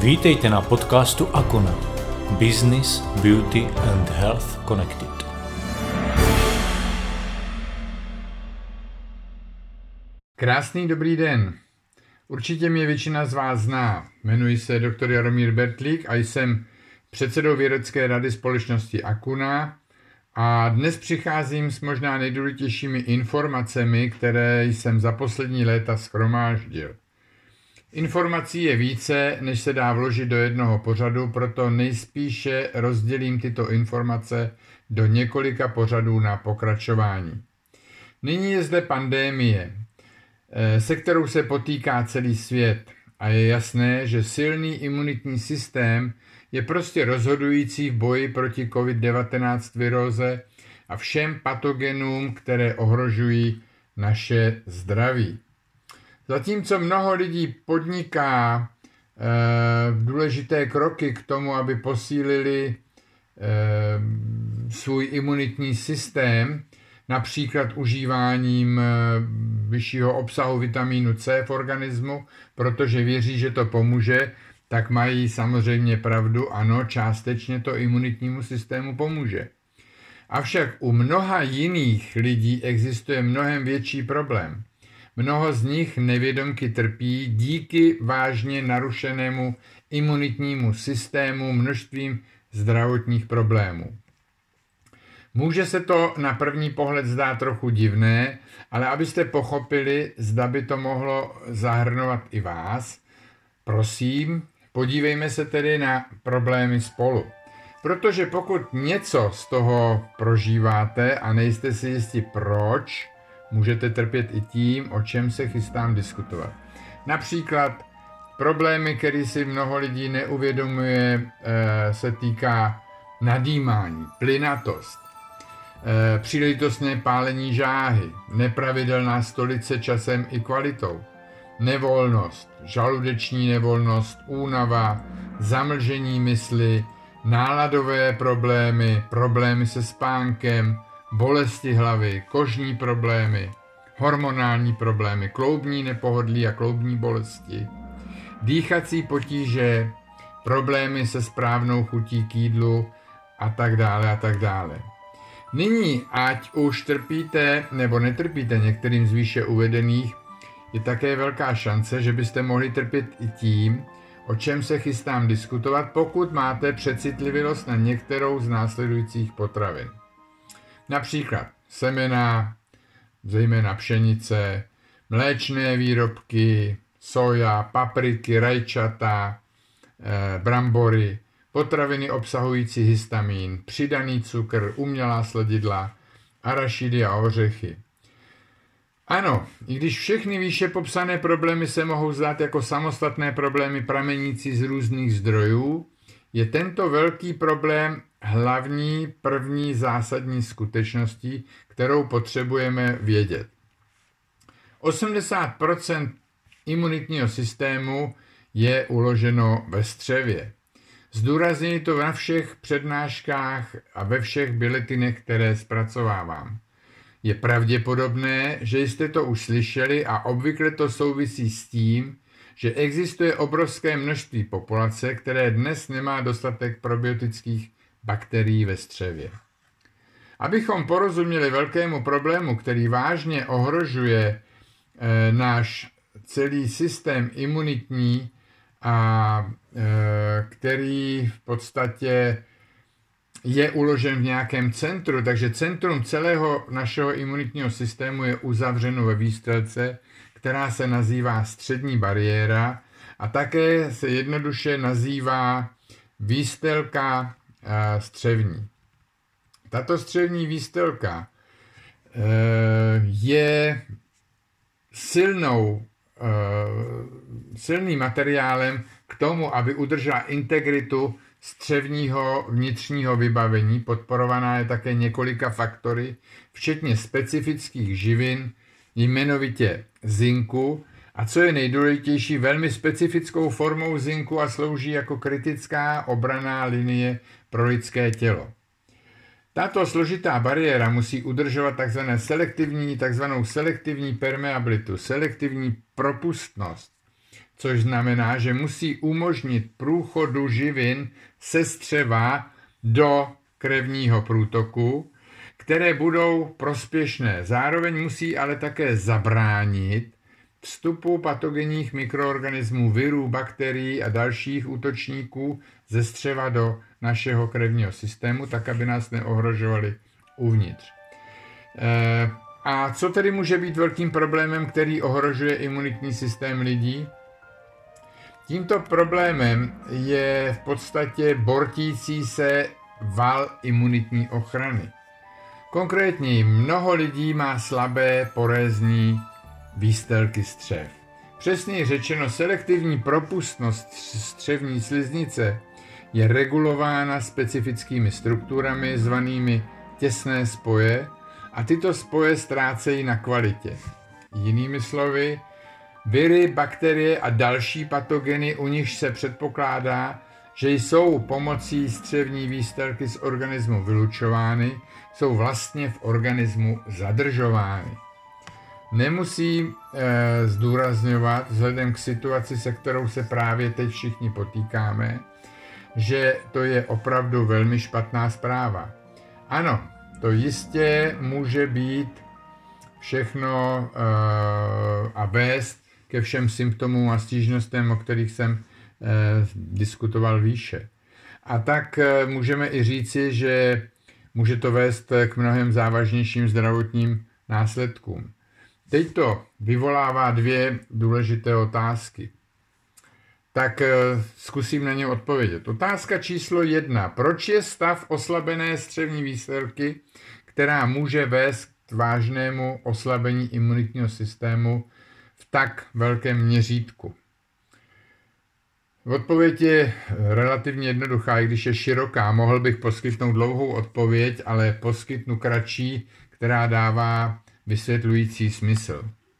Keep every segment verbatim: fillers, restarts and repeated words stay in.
Vítejte na podcastu Akona. Business, Beauty and Health Connected. Krásný dobrý den. Určitě mě většina z vás zná. Jmenuji se doktor Jaromír Bertlík a jsem předsedou vědecké rady společnosti Akuna a dnes přicházím s možná nejdůležitějšími informacemi, které jsem za poslední léta shromáždil. Informací je více, než se dá vložit do jednoho pořadu, proto nejspíše rozdělím tyto informace do několika pořadů na pokračování. Nyní je zde pandemie, se kterou se potýká celý svět a je jasné, že silný imunitní systém je prostě rozhodující v boji proti covid devatenáct viróze a všem patogenům, které ohrožují naše zdraví. Zatímco mnoho lidí podniká e, důležité kroky k tomu, aby posílili e, svůj imunitní systém, například užíváním e, vyššího obsahu vitamínu C v organismu, protože věří, že to pomůže, tak mají samozřejmě pravdu, ano, částečně to imunitnímu systému pomůže. Avšak u mnoha jiných lidí existuje mnohem větší problém. Mnoho z nich nevědomky trpí díky vážně narušenému imunitnímu systému množstvím zdravotních problémů. Může se to na první pohled zdát trochu divné, ale abyste pochopili, zda by to mohlo zahrnovat i vás, prosím, podívejme se tedy na problémy spolu. Protože pokud něco z toho prožíváte a nejste si jistí proč, můžete trpět i tím, o čem se chystám diskutovat. Například problémy, které si mnoho lidí neuvědomuje, se týká nadýmání, plynatost, příležitostné pálení žáhy, nepravidelná stolice časem i kvalitou, nevolnost, žaludeční nevolnost, únava, zamlžení mysli, náladové problémy, problémy se spánkem, bolesti hlavy, kožní problémy, hormonální problémy, kloubní nepohodlí a kloubní bolesti, dýchací potíže, problémy se správnou chutí k jídlu a tak dále a tak dále. Nyní, ať už trpíte nebo netrpíte některým z výše uvedených, je také velká šance, že byste mohli trpět i tím, o čem se chystám diskutovat, pokud máte přecitlivělost na některou z následujících potravin. Například semena, zejména pšenice, mléčné výrobky, soja, papriky, rajčata, eh, brambory, potraviny obsahující histamin, přidaný cukr, umělá sladidla, arašidy a ořechy. Ano, i když všechny výše popsané problémy se mohou zdát jako samostatné problémy pramenící z různých zdrojů, je tento velký problém hlavní, první zásadní skutečností, kterou potřebujeme vědět. osmdesát procent imunitního systému je uloženo ve střevě. Zdůrazňuji to na všech přednáškách a ve všech biletinech, které zpracovávám. Je pravděpodobné, že jste to už slyšeli a obvykle to souvisí s tím, že existuje obrovské množství populace, které dnes nemá dostatek probiotických bakterií ve střevě. Abychom porozuměli velkému problému, který vážně ohrožuje e, náš celý systém imunitní a e, který v podstatě je uložen v nějakém centru, takže centrum celého našeho imunitního systému je uzavřeno ve výstelce, která se nazývá střední bariéra a také se jednoduše nazývá výstelka e, střevní. Tato střevní výstelka e, je silnou, e, silným materiálem k tomu, aby udržela integritu střevního vnitřního vybavení, podporovaná je také několika faktory, včetně specifických živin, jmenovitě zinku, a co je nejdůležitější, velmi specifickou formou zinku a slouží jako kritická obranná linie pro lidské tělo. Tato složitá bariéra musí udržovat takzvané selektivní, takzvanou selektivní permeabilitu, selektivní propustnost, což znamená, že musí umožnit průchodu živin se střeva do krevního průtoku, které budou prospěšné. Zároveň musí ale také zabránit vstupu patogenních mikroorganismů, virů, bakterií a dalších útočníků ze střeva do našeho krevního systému, tak aby nás neohrožovali uvnitř. E, a co tedy může být velkým problémem, který ohrožuje imunitní systém lidí? Tímto problémem je v podstatě bortící se val imunitní ochrany. Konkrétně mnoho lidí má slabé porézní výstelky střev. Přesněji řečeno, selektivní propustnost střevní sliznice je regulována specifickými strukturami zvanými těsné spoje a tyto spoje ztrácejí na kvalitě. Jinými slovy, viry, bakterie a další patogeny, u nichž se předpokládá, že jsou pomocí střevní výstelky z organismu vylučovány, jsou vlastně v organismu zadržovány. Nemusím e, zdůrazňovat, vzhledem k situaci, se kterou se právě teď všichni potýkáme, že to je opravdu velmi špatná zpráva. Ano, to jistě může být všechno e, a vést ke všem symptomům a stížnostem, o kterých jsem e, diskutoval výše. A tak e, můžeme i říci, že může to vést k mnohem závažnějším zdravotním následkům. Teď to vyvolává dvě důležité otázky. Tak e, zkusím na ně odpovědět. Otázka číslo jedna. Proč je stav oslabené střevní výstelky, která může vést k vážnému oslabení imunitního systému, v tak velkém měřítku? Odpověď je relativně jednoduchá, i když je široká. Mohl bych poskytnout dlouhou odpověď, ale poskytnu kratší, která dává vysvětlující smysl.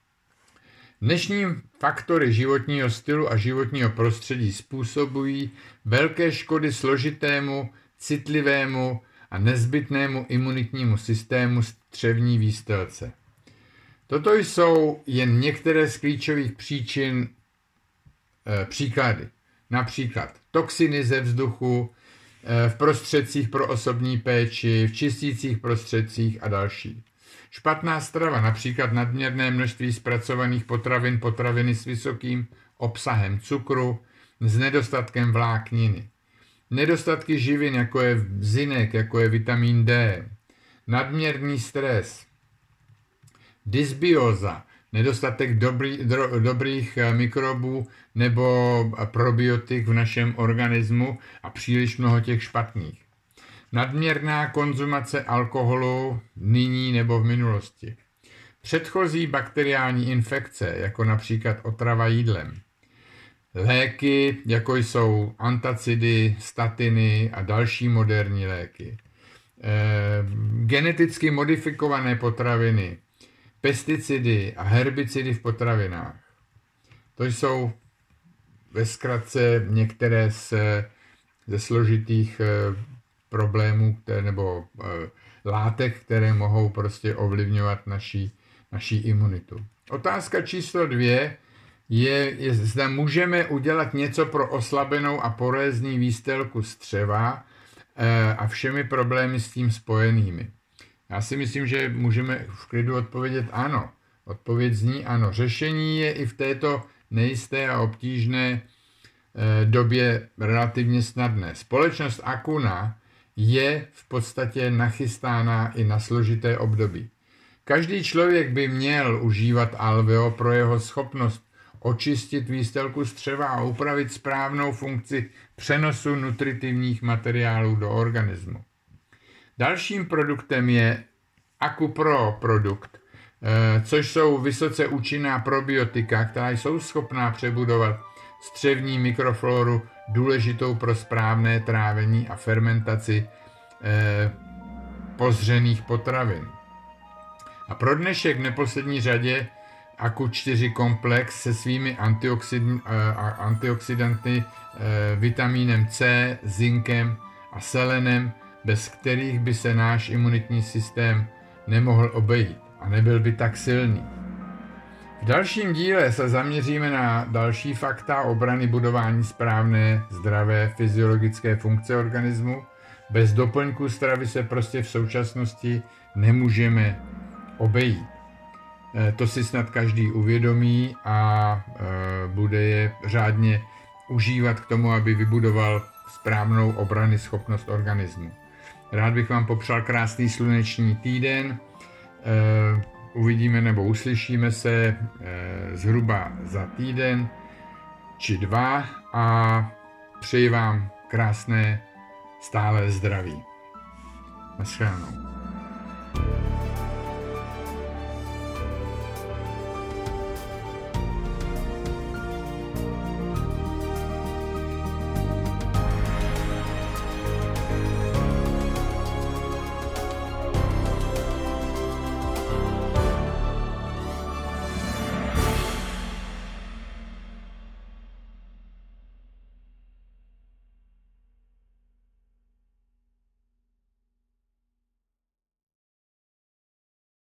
Dnešní faktory životního stylu a životního prostředí způsobují velké škody složitému, citlivému a nezbytnému imunitnímu systému střevní výstelce. Toto jsou jen některé z klíčových příčin e, příklady. Například toxiny ze vzduchu, e, v prostředcích pro osobní péči, v čistících prostředcích a další. Špatná strava, například nadměrné množství zpracovaných potravin, potraviny s vysokým obsahem cukru, s nedostatkem vlákniny. Nedostatky živin, jako je zinek, jako je vitamin D. Nadměrný stres. Dysbioza, nedostatek dobrý, dro, dobrých mikrobů nebo probiotik v našem organismu a příliš mnoho těch špatných. Nadměrná konzumace alkoholu nyní nebo v minulosti. Předchozí bakteriální infekce, jako například otrava jídlem. Léky, jako jsou antacidy, statiny a další moderní léky. E, geneticky modifikované potraviny, pesticidy a herbicidy v potravinách. To jsou ve zkratce některé z, ze složitých problémů, které, nebo e, látek, které mohou prostě ovlivňovat naší, naší imunitu. Otázka číslo dvě je, je, zda můžeme udělat něco pro oslabenou a porézní výstelku střeva e, a všemi problémy s tím spojenými. Já si myslím, že můžeme v klidu odpovědět ano. Odpověď zní ano. Řešení je i v této nejisté a obtížné e, době relativně snadné. Společnost Akuna je v podstatě nachystána i na složité období. Každý člověk by měl užívat Alveo pro jeho schopnost očistit výstelku střeva a upravit správnou funkci přenosu nutritivních materiálů do organismu. Dalším produktem je AkuPro produkt, což jsou vysoce účinná probiotika, která jsou schopná přebudovat střevní mikrofloru důležitou pro správné trávení a fermentaci eh, pozřených potravin. A pro dnešek v neposlední řadě Aku čtyři komplex se svými antioxid, eh, antioxidanty, eh, vitamínem C, zinkem a selenem, bez kterých by se náš imunitní systém nemohl obejít a nebyl by tak silný. V dalším díle se zaměříme na další fakta obrany budování správné, zdravé fyziologické funkce organismu. Bez doplňku stravy se prostě v současnosti nemůžeme obejít. To si snad každý uvědomí a bude je řádně užívat k tomu, aby vybudoval správnou obrany schopnost organismu. Rád bych vám popřál krásný sluneční týden. Uvidíme nebo uslyšíme se zhruba za týden či dva a přeji vám krásné stále zdraví. Naschledanou.